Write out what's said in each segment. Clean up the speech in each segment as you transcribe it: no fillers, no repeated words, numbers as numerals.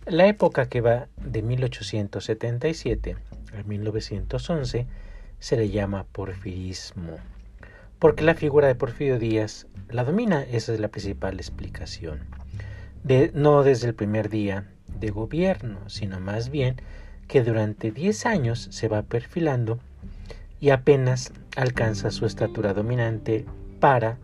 La época que va de 1877 a 1911 se le llama porfirismo, porque la figura de Porfirio Díaz la domina. Esa es la principal explicación. No desde el primer día de gobierno, sino más bien que durante 10 años se va perfilando y apenas alcanza su estatura dominante para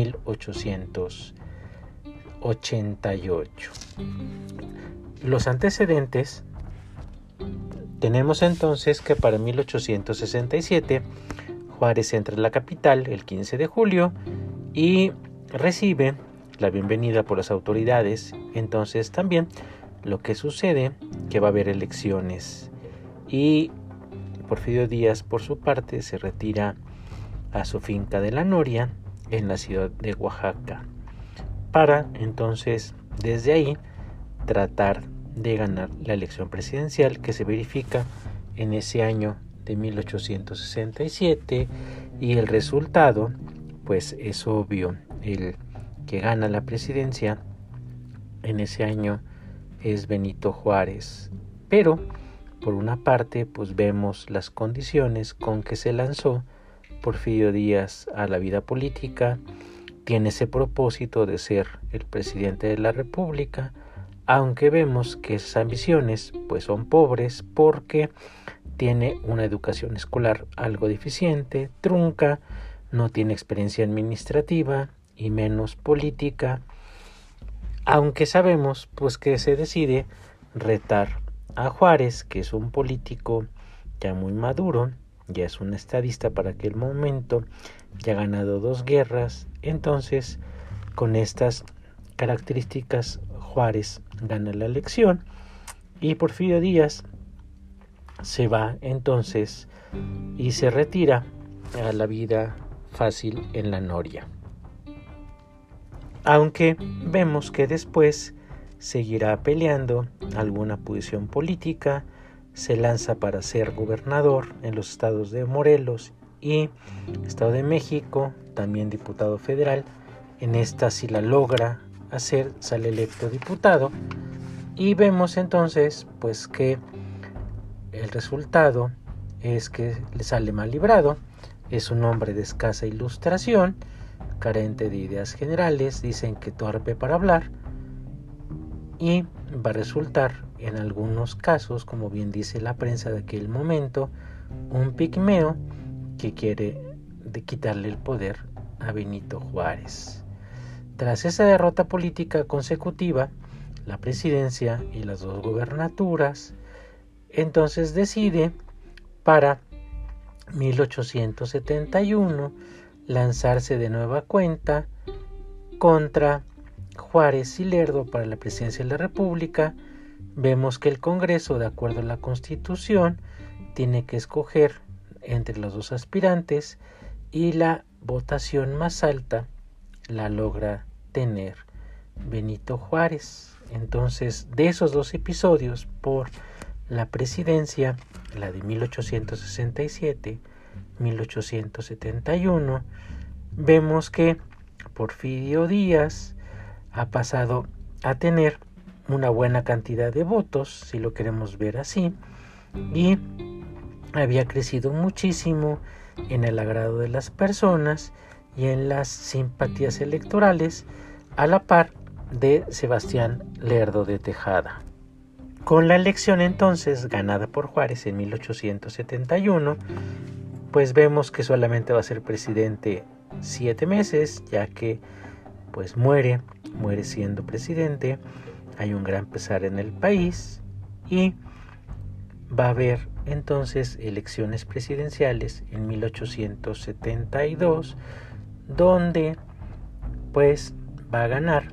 1888. Los antecedentes tenemos entonces que para 1867 Juárez entra a la capital el 15 de julio y recibe la bienvenida por las autoridades. Entonces también lo que sucede que va a haber elecciones y Porfirio Díaz por su parte se retira a su finca de La Noria en la ciudad de Oaxaca para entonces desde ahí tratar de ganar la elección presidencial que se verifica en ese año de 1867 y el resultado pues es obvio. El que gana la presidencia en ese año es Benito Juárez, pero por una parte pues vemos las condiciones con que se lanzó Porfirio Díaz a la vida política. Tiene ese propósito de ser el presidente de la República, aunque vemos que esas ambiciones pues son pobres porque tiene una educación escolar algo deficiente, trunca, no tiene experiencia administrativa y menos política, aunque sabemos pues que se decide retar a Juárez, que es un político ya muy maduro, ya es un estadista para aquel momento, ya ha ganado 2 guerras. Entonces con estas características Juárez gana la elección y Porfirio Díaz se va entonces y se retira a la vida fácil en La Noria, aunque vemos que después seguirá peleando alguna posición política. Se lanza para ser gobernador en los estados de Morelos y Estado de México, también diputado federal. En esta sí la logra hacer, sale electo diputado y vemos entonces pues que el resultado es que le sale mal librado. Es un hombre de escasa ilustración, carente de ideas generales, dicen que torpe para hablar, y va a resultar en algunos casos, como bien dice la prensa de aquel momento, un pigmeo que quiere quitarle el poder a Benito Juárez. Tras esa derrota política consecutiva, la presidencia y las 2 gobernaturas, entonces decide para 1871 lanzarse de nueva cuenta contra Juárez y Lerdo para la presidencia de la República. Vemos que el Congreso, de acuerdo a la Constitución, tiene que escoger entre los 2 aspirantes y la votación más alta la logra tener Benito Juárez. Entonces, de esos 2 episodios por la presidencia, la de 1867, 1871, vemos que Porfirio Díaz ha pasado a tener una buena cantidad de votos, si lo queremos ver así, y había crecido muchísimo en el agrado de las personas y en las simpatías electorales, a la par de Sebastián Lerdo de Tejada. Con la elección entonces ganada por Juárez en 1871, pues vemos que solamente va a ser presidente 7 meses, ya que pues muere siendo presidente. Hay un gran pesar en el país y va a haber entonces elecciones presidenciales en 1872, donde pues va a ganar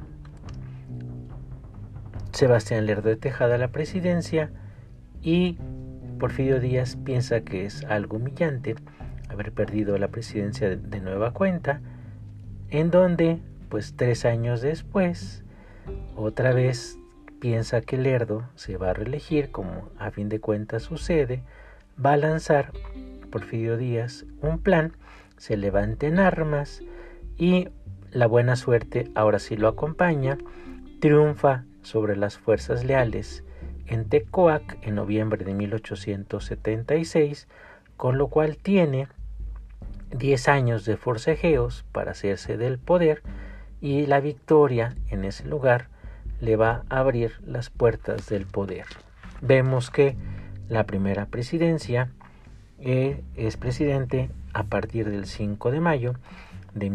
Sebastián Lerdo de Tejada la presidencia y Porfirio Díaz piensa que es algo humillante haber perdido la presidencia de nueva cuenta, en donde pues 3 años después otra vez piensa que Lerdo se va a reelegir, como a fin de cuentas sucede. Va a lanzar Porfirio Díaz un plan, se levanta en armas y la buena suerte ahora sí lo acompaña, triunfa sobre las fuerzas leales en Tecoac en noviembre de 1876, con lo cual tiene 10 años de forcejeos para hacerse del poder, y la victoria en ese lugar le va a abrir las puertas del poder. Vemos que la primera presidencia es presidente a partir del 5 de mayo de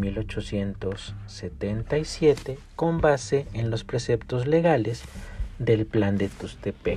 1877 con base en los preceptos legales del Plan de Tuxtepec.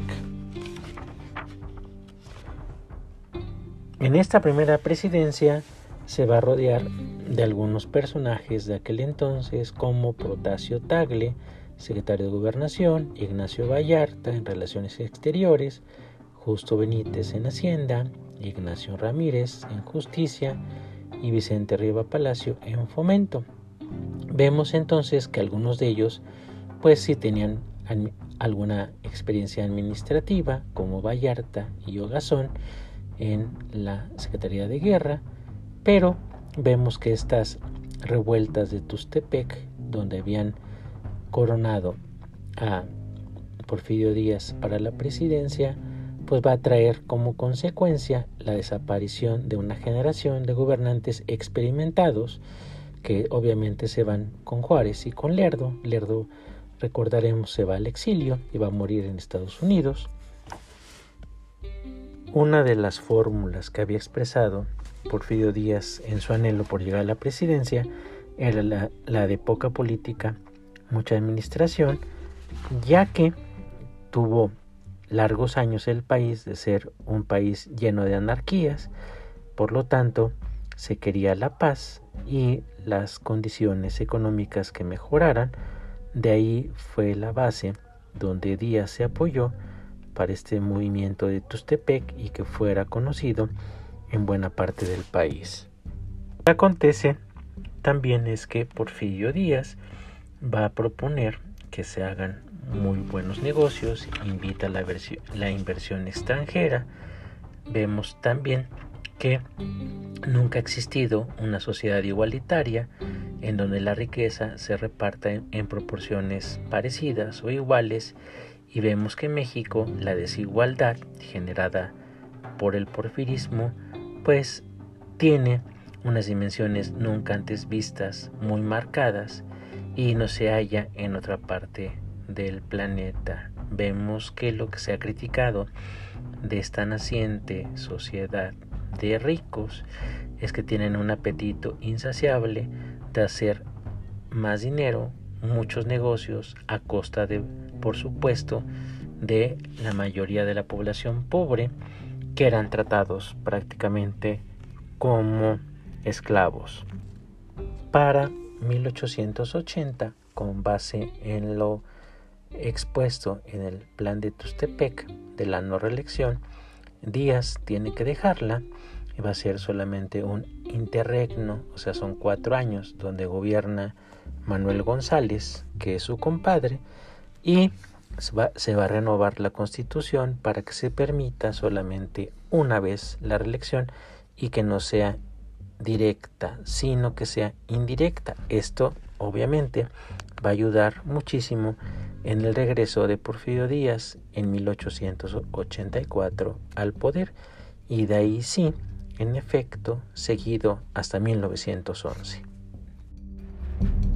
En esta primera presidencia se va a rodear de algunos personajes de aquel entonces, como Protasio Tagle, secretario de Gobernación, Ignacio Vallarta en Relaciones Exteriores, Justo Benítez en Hacienda, Ignacio Ramírez en Justicia y Vicente Riva Palacio en Fomento. Vemos entonces que algunos de ellos pues sí tenían alguna experiencia administrativa, como Vallarta y Ogazón en la Secretaría de Guerra, pero vemos que estas revueltas de Tuxtepec, donde habían coronado a Porfirio Díaz para la presidencia, pues va a traer como consecuencia la desaparición de una generación de gobernantes experimentados, que obviamente se van con Juárez y con Lerdo. Lerdo, recordaremos, se va al exilio y va a morir en Estados Unidos. Una de las fórmulas que había expresado Porfirio Díaz en su anhelo por llegar a la presidencia era la de poca política, mucha administración, ya que tuvo largos años el país de ser un país lleno de anarquías. Por lo tanto, se quería la paz y las condiciones económicas que mejoraran. De ahí fue la base donde Díaz se apoyó para este movimiento de Tuxtepec y que fuera conocido en buena parte del país. Lo que acontece también es que Porfirio Díaz va a proponer que se hagan muy buenos negocios, invita a la inversión extranjera. Vemos también que nunca ha existido una sociedad igualitaria en donde la riqueza se reparta en proporciones parecidas o iguales, y vemos que en México la desigualdad generada por el porfirismo pues tiene unas dimensiones nunca antes vistas, muy marcadas, y no se halla en otra parte del planeta. Vemos que lo que se ha criticado de esta naciente sociedad de ricos es que tienen un apetito insaciable de hacer más dinero, muchos negocios, a costa de, por supuesto, de la mayoría de la población pobre, que eran tratados prácticamente como esclavos. Para 1880, con base en lo expuesto en el plan de Tuxtepec de la no reelección, Díaz tiene que dejarla y va a ser solamente un interregno, o sea, son 4 años donde gobierna Manuel González, que es su compadre, y se va a renovar la Constitución para que se permita solamente una vez la reelección y que no sea directa, sino que sea indirecta. Esto obviamente va a ayudar muchísimo en el regreso de Porfirio Díaz en 1884 al poder, y de ahí sí, en efecto, seguido hasta 1911.